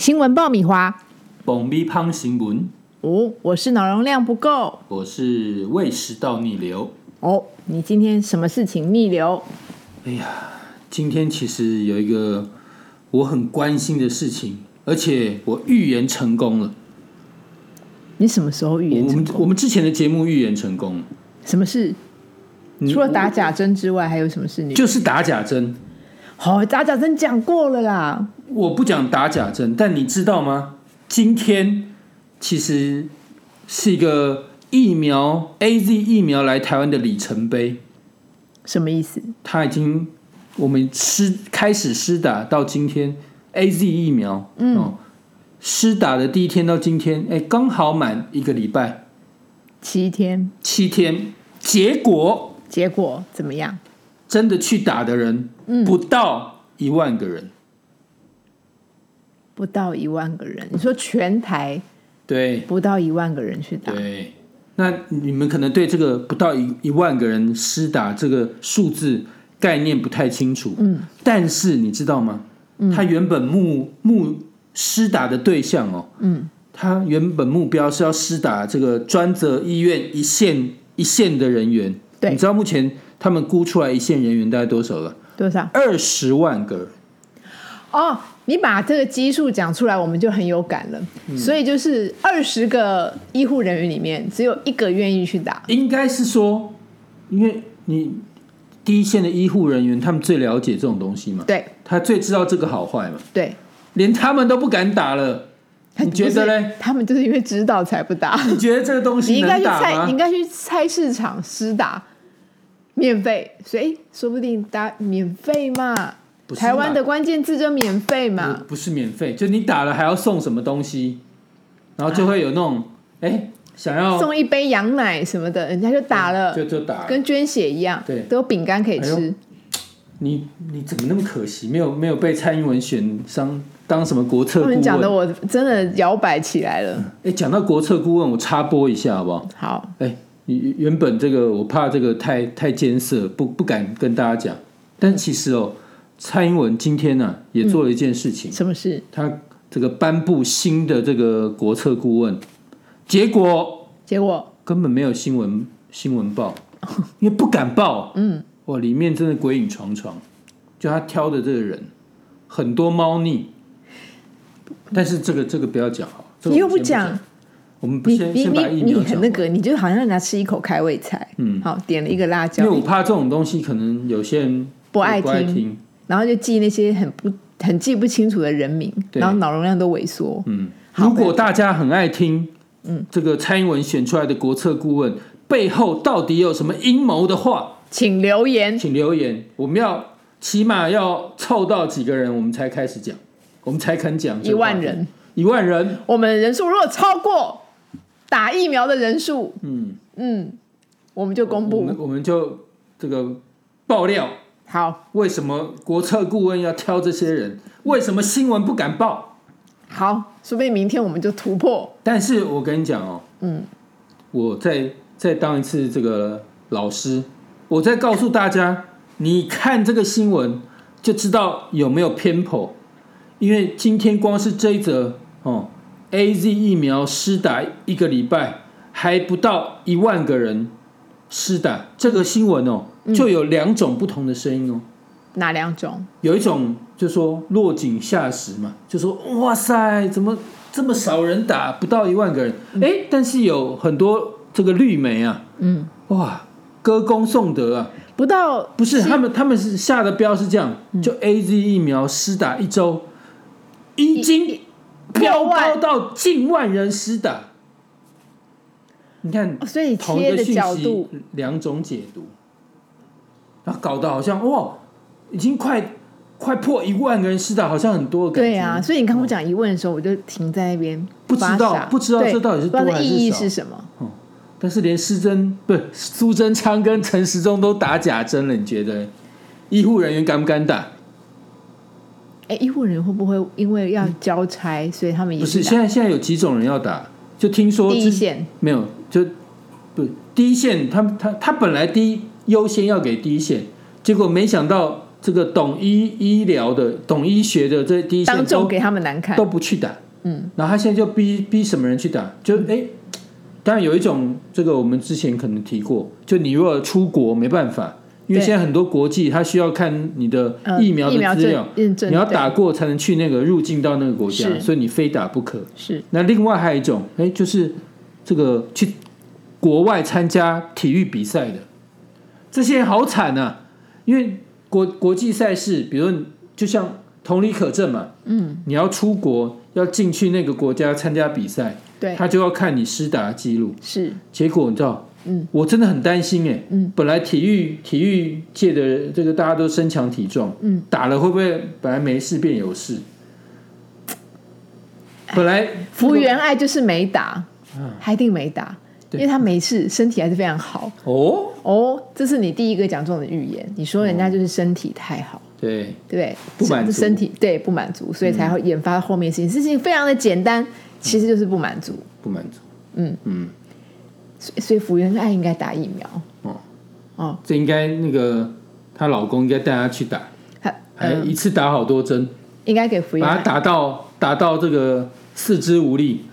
新闻爆米花， 爆米胖新闻。 我是脑容量不够。 我是胃食道逆流。 你今天什么事情逆流？ 哎呀，今天其实有一个我很关心的事情，而且我预言成功了。 你什么时候预言成功？ 我们之前的节目预言成功了。 什么事？除了打假针之外，还有什么事？ 就是打假针。 打假针讲过了啦。 我不讲打假针，但你知道吗？今天其实是一个疫苗 AZ 疫苗来台湾的里程碑。 什么意思？ 我们开始施打到今天 AZ 疫苗，施打的第一天到今天，刚好满1个礼拜 ，7天。 结果怎么样？ 真的去打的人，不到1万个人。 不到1万个人，你说全台对， 不到1万个人去打。 对，那你们可能对这个不到1万个人施打这个数字概念不太清楚。但是你知道吗？他原本施打的对象他原本目标是要施打这个专责医院一线的人员。 对， 你知道目前他们估出来一线人员大概多少了？ 多少 ？20万个人。 你把这个基数讲出来，我们就很有感了。所以就是20个医护人员里面，只有1个愿意去打。 应该是说，因为你第一线的医护人员，他们最了解这种东西嘛， 对， 他最知道这个好坏嘛， 对， 连他们都不敢打了，你觉得嘞？ 他们就是因为知道才不打。 你觉得这个东西能打吗？ 你应该去菜市场施打，免费，所以说不定打免费嘛。台湾的关键字就免费嘛， 不是免费，就你打了还要送什么东西，然后就会有那种想要送一杯羊奶什么的，人家就打了， 就打了， 跟捐血一样， 对， 都有饼干可以吃。 你怎么那么可惜，没有被蔡英文选上当什么国策顾问？ 他们讲的我真的摇摆起来了。 讲到国策顾问，我插播一下好不好？ 好。 你原本这个我怕这个太艰涩，不敢跟大家讲，但其实蔡英文今天也做了一件事情。 什么事？ 他这个颁布新的这个国策顾问，结果根本没有新闻报，因为不敢报。里面真的鬼影重重，就他挑的这个人很多猫腻，但是这个不要讲好， 你又不讲。 我们先把疫苗讲。 你很那个，你就好像人家吃一口开胃菜，好点了一个辣椒， 因为我怕这种东西可能有些人不爱听， 然后就记那些很记不清楚的人名，然后脑容量都萎缩。 如果大家很爱听，这个蔡英文选出来的国策顾问背后到底有什么阴谋的话，请留言。我们起码要凑到几个人，我们才开始讲，我们才肯讲。1万人，我们人数如果超过打疫苗的人数，我们就公布，我们就这个爆料。好，为什么国策顾问要挑这些人？为什么新闻不敢报？好，说不定明天我们就突破。但是我跟你讲我再当一次这个老师，我再告诉大家，你看这个新闻就知道有没有偏颇。因为今天光是这一则AZ 疫苗施打1个礼拜，还不到1万个人施打，这个新闻就有2种不同的声音哪2种？有一种就说落井下石嘛，就说哇塞，怎么这么少人打，不到1万个人？但是有很多这个绿媒歌功颂德不是他们是下的标是这样，就 AZ 疫苗施打1周，已经飙高到近万人施打。你看，所以同一个讯息2种解读，然后搞得好像已经快破1万个人施打，好像很多的感觉。对啊，所以你刚我讲1万的时候，我就停在那边，不知道这到底是多还是少，意义是什么？但是连苏贞昌跟陈时中都打假针了，你觉得医护人员敢不敢打？医护人员会不会因为要交差，所以他们也不是？现在有几种人要打，就听说第一线没有，就第一线他本来第一优先要给第一线，结果没想到这个懂医疗的、懂医学的这第一线当众给他们难看， 都不去打。然后他现在就逼什么人去打？就当然有一种这个我们之前可能提过，就你如果出国没办法。因为现在很多国际，它需要看你的疫苗的资料，你要打过才能去那个入境到那个国家，所以你非打不可。 是。 那另外还有一种，就是这个去国外参加体育比赛的，这些人好惨啊！因为国际赛事，比如就像同理可证嘛，你要出国要进去那个国家参加比赛， 对， 他就要看你施打的记录。 是。 结果你知道？我真的很担心本来体育界的这个大家都身强体壮，打了会不会本来没事变有事？本来福原爱就是没打，他一定没打，因为他没事，身体还是非常好。这是你第一个讲中的预言。你说人家就是身体太好， 对对， 不满足， 身体对不满足，所以才会研发后面事情非常的简单，其实就是不满足。所以福原爱应该打疫苗。 这应该那个她老公应该带她去打，还一次打好多针， 应该给福原爱把她打到这个四肢无力，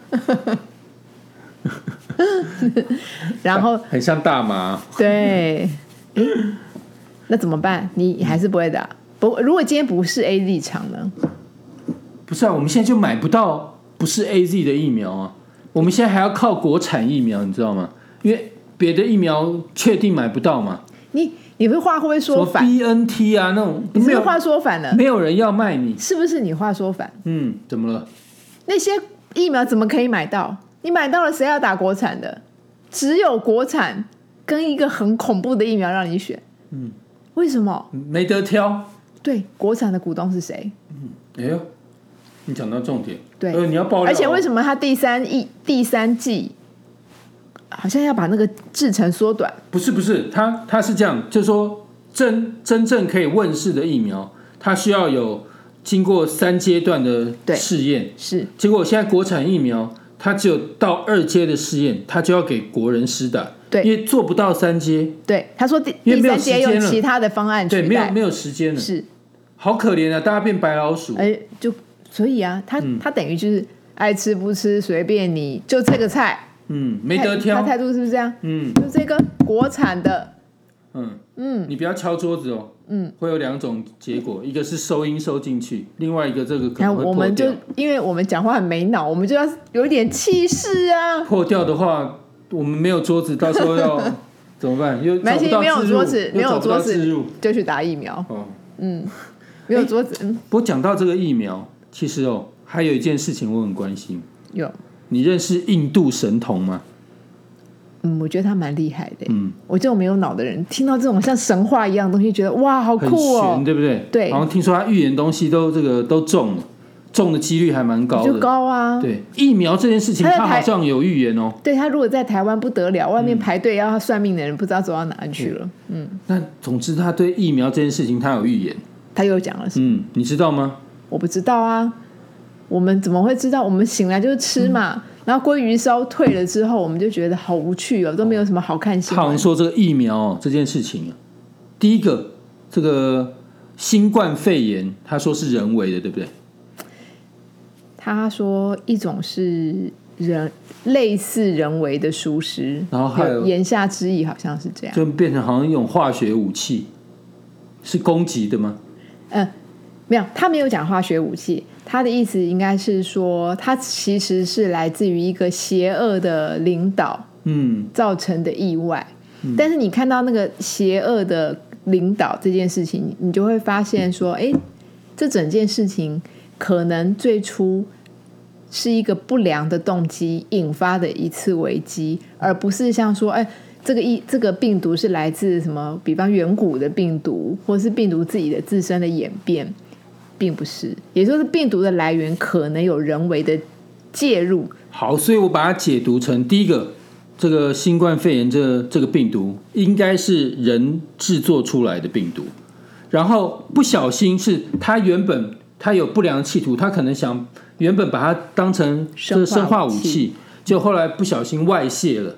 然后很像大麻。 对，那怎么办？你还是不会打？如果今天不是 AZ 厂呢？ 不是啊，我们现在就买不到不是 AZ 的疫苗啊，我们现在还要靠国产疫苗，你知道吗？因为别的疫苗确定买不到嘛。 你话会不会说反？ 什么 BNT 啊那种， 你是不是话说反了？ 没有人要卖你， 是不是你话说反？ 怎么了？ 那些疫苗怎么可以买到？你买到了，谁要打国产的？只有国产跟一个很恐怖的疫苗让你选。为什么？ 没得挑。 对，国产的股东是谁？ 哎呦，你讲到重点。 对， 你要爆料。 而且为什么他第三季好像要把那个制程缩短？ 不是，他是这样，就是说真正可以问世的疫苗，它需要有经过3阶段的试验。 是。 结果现在国产疫苗，它只有到2阶的试验，它就要给国人施打。对，因为做不到3阶。 对，他说第3阶用其他的方案取代。 对，没有时间了。 是。 好可怜啊！大家变白老鼠。 所以啊，他等于就是爱吃不吃随便你，就这个菜。 没得挑。 他态度是不是这样？就这个国产的。 你不要敲桌子哦。会有2种结果，一个是收音收进去，另外一个这个可能会破掉。 我们就因为我们讲话很没脑，我们就要有点气势啊。 破掉的话，我们没有桌子，到时候要怎么办？又找不到没有桌子， 没有桌子就去打疫苗。没有桌子。 不过讲到这个疫苗，其实还有一件事情我很关心。 有。你认识印度神童吗？ 我觉得他蛮厉害的。我这种没有脑的人，听到这种像神话一样的东西，觉得哇，好酷哦， 很玄，对不对？ 对。 好像听说他预言东西都中了，中的几率还蛮高的。 就高啊。 对，疫苗这件事情，他好像有预言哦。 对，他如果在台湾不得了，外面排队要他算命的人不知道走到哪去了。 那总之，他对疫苗这件事情，他有预言。 他又讲了什么？ 你知道吗？ 我不知道啊。我们怎么会知道？我们醒来就是吃嘛。然后鲑鱼烧退了之后，我们就觉得好无趣哦，都没有什么好看新闻。 他好像说这个疫苗这件事情，第一个这个新冠肺炎，他说是人为的，对不对？ 他说一种是类似人为的疏失， 然后还有言下之意好像是这样， 就变成好像一种化学武器，是攻击的吗？ 没有，他没有讲化学武器，他的意思应该是说，他其实是来自于一个邪恶的领导，造成的意外。但是你看到那个邪恶的领导这件事情，你就会发现说，这整件事情可能最初是一个不良的动机引发的一次危机，而不是像说，这个病毒是来自什么，比方远古的病毒，或是病毒自己的自身的演变。并不是，也就是病毒的来源可能有人为的介入。 好，所以我把它解读成第一个，这个新冠肺炎这个病毒应该是人制作出来的病毒，然后不小心是他原本他有不良的企图，他可能想原本把它当成这生化武器，就后来不小心外泄了，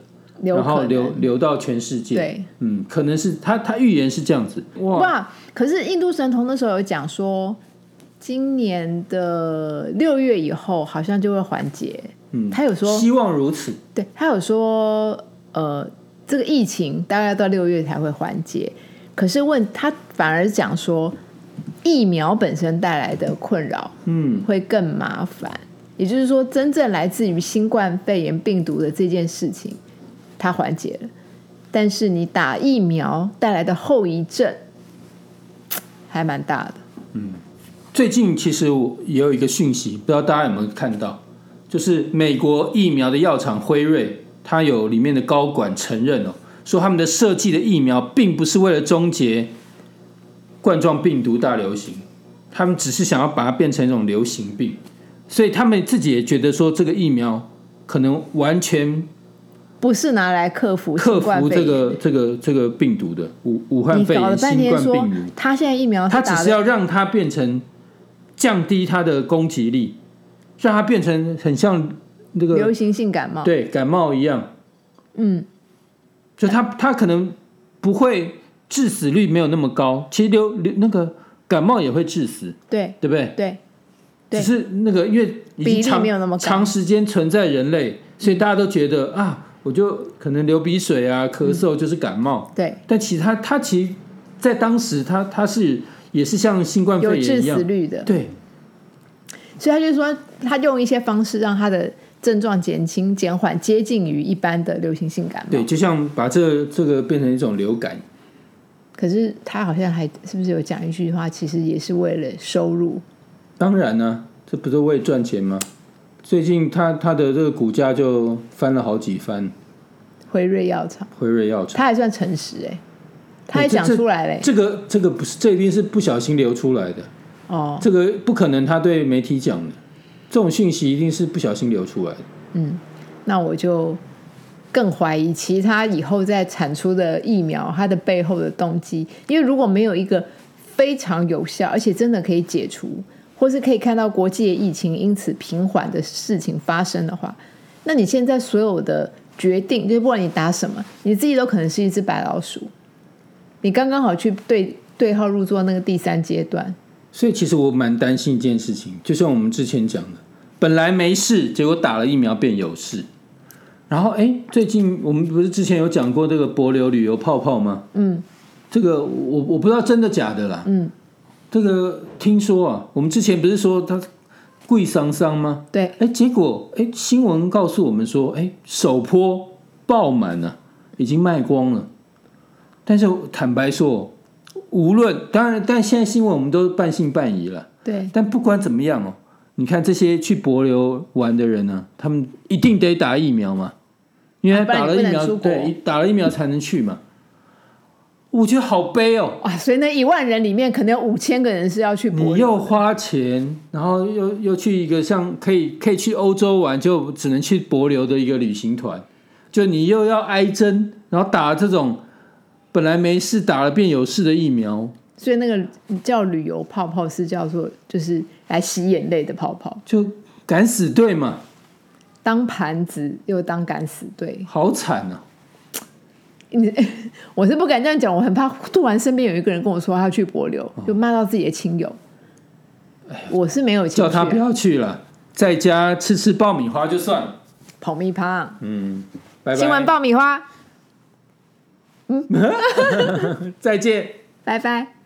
然后流到全世界。 对， 可能是他预言是这样子。 哇！可是印度神童那时候有讲说，今年的6月以后好像就会缓解。他有说希望如此。 对，他有说这个疫情大概到6月才会缓解。可是他反而讲说，疫苗本身带来的困扰，会更麻烦。也就是说，真正来自于新冠肺炎病毒的这件事情，它缓解了，但是你打疫苗带来的后遗症还蛮大的。 最近其实也有一个讯息，不知道大家有没有看到，就是美国疫苗的药厂辉瑞，它有里面的高管承认说他们的设计的疫苗并不是为了终结冠状病毒大流行，他们只是想要把它变成一种流行病，所以他们自己也觉得说这个疫苗可能完全不是拿来克服这个病毒的武汉肺炎新冠病毒。 他现在疫苗他只是要让它变成降低它的攻击力，让它变成很像那个流行性感冒， 对，感冒一样。就它可能不会致死率没有那么高，其实那个感冒也会致死， 对不对？ 对， 只是那个因为已经长时间存在人类，所以大家都觉得我就可能流鼻水啊、咳嗽就是感冒。 对， 但其实它其实在当时它也是像新冠肺炎一样有致死率的。 对， 所以他就说，他用一些方式让他的症状减轻、减缓，接近于一般的流行性感冒。 对，就像把这个变成一种流感。 可是他好像还是不是有讲一句话，其实也是为了收入。 当然呢，这不是为赚钱吗？最近他的这个股价就翻了好几番。 辉瑞药厂，他还算诚实他还讲出来这个不是，这一定是不小心流出来的。这个不可能他对媒体讲的，这种讯息一定是不小心流出来的。 那我就更怀疑其他以后再产出的疫苗它的背后的动机，因为如果没有一个非常有效而且真的可以解除，或是可以看到国际的疫情因此平缓的事情发生的话，那你现在所有的决定，就不管你打什么，你自己都可能是一只白老鼠，你刚刚好去对号入座那个第3阶段。 所以其实我蛮担心一件事情，就像我们之前讲的，本来没事，结果打了疫苗变有事。然后最近我们不是之前有讲过这个帛琉旅游泡泡吗？这个我不知道真的假的啦。这个听说我们之前不是说它贵桑桑吗？ 对。 结果新闻告诉我们说，首波爆满了，已经卖光了。但是坦白说，无论但现在新闻我们都半信半疑了。 对。 但不管怎么样你看这些去帛琉玩的人呢，他们一定得打疫苗嘛，因为打了疫苗，对，打了疫苗才能去嘛。我觉得好悲所以那1万人里面可能有5000个人是要去帛琉， 你又花钱，然后又去一个像可以去欧洲玩，就只能去帛琉的一个旅行团，就你又要挨针，然后打这种本来没事打了变有事的疫苗。 所以那个叫旅游泡泡是叫做就是来洗眼泪的泡泡， 就敢死队嘛， 当盘子又当敢死队， 好惨啊！ 我是不敢这样讲，我很怕突然身边有一个人跟我说他要去帛琉，就骂到自己的亲友。我是没有情绪， 叫他不要去了，在家吃爆米花就算了。 爆米花， 拜拜。 新闻爆米花， 再见， 拜拜。